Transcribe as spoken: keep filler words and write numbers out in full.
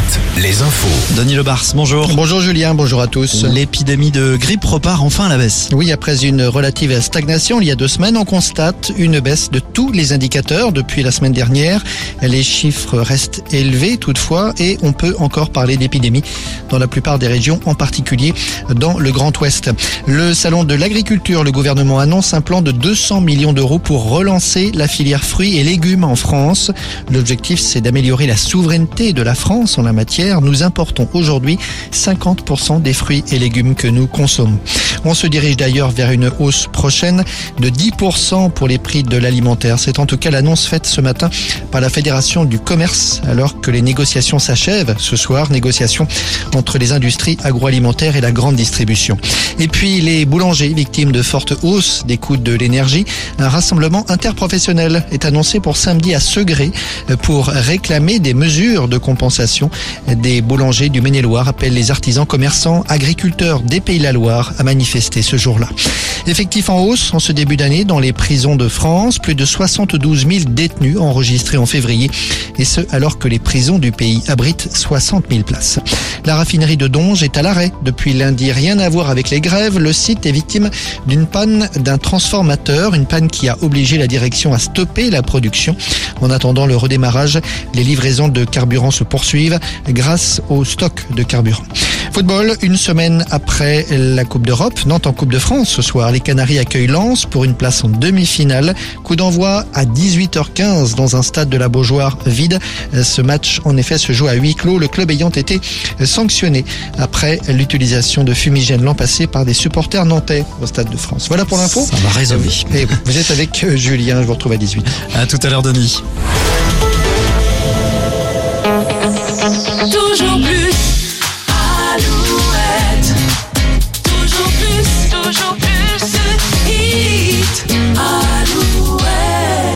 sept, les infos. Denis Lebars, bonjour. Bonjour Julien, bonjour à tous. L'épidémie de grippe repart enfin à la baisse. Oui, après une relative stagnation il y a deux semaines, on constate une baisse de tous les indicateurs depuis la semaine dernière. Les chiffres restent élevés toutefois et on peut encore parler d'épidémie dans la plupart des régions, en particulier dans le Grand Ouest. Le salon de l'agriculture, le gouvernement annonce un plan de deux cents millions d'euros pour relancer la filière fruits et légumes en France. L'objectif, c'est d'améliorer la souveraineté de la France en la matière. Nous importons aujourd'hui cinquante pour cent des fruits et légumes que nous consommons. On se dirige d'ailleurs vers une hausse prochaine de dix pour cent pour les prix de l'alimentaire. C'est en tout cas l'annonce faite ce matin par la Fédération du commerce alors que les négociations s'achèvent ce soir. Négociations entre les industries agroalimentaires et la grande distribution. Et puis les boulangers victimes de fortes hausses des coûts de l'énergie. Un rassemblement interprofessionnel est annoncé pour samedi à Segré pour réclamer des mesures de compensation. Des boulangers du Maine-et-Loire appellent les artisans, commerçants, agriculteurs des Pays de la Loire à manifester ce jour-là. Effectif en hausse en ce début d'année dans les prisons de France. Plus de soixante-douze mille détenus enregistrés en février. Et ce, alors que les prisons du pays abritent soixante mille places. La raffinerie de Donge est à l'arrêt depuis lundi. Rien à voir avec les grèves. Le site est victime d'une panne d'un transformateur. Une panne qui a obligé la direction à stopper la production. En attendant le redémarrage, les livraisons de carburant se poursuivent grâce au stock de carburant. Football, une semaine après la Coupe d'Europe, Nantes en Coupe de France ce soir. Les Canaries accueillent Lens pour une place en demi-finale. Coup d'envoi à dix-huit heures quinze dans un stade de la Beaujoire vide. Ce match, en effet, se joue à huis clos, le club ayant été sanctionné après l'utilisation de fumigènes l'an passé par des supporters nantais au Stade de France. Voilà pour l'info. Ça va résonner. Et vous êtes avec Julien, je vous retrouve à dix-huit heures. À tout à l'heure, Denis. Toujours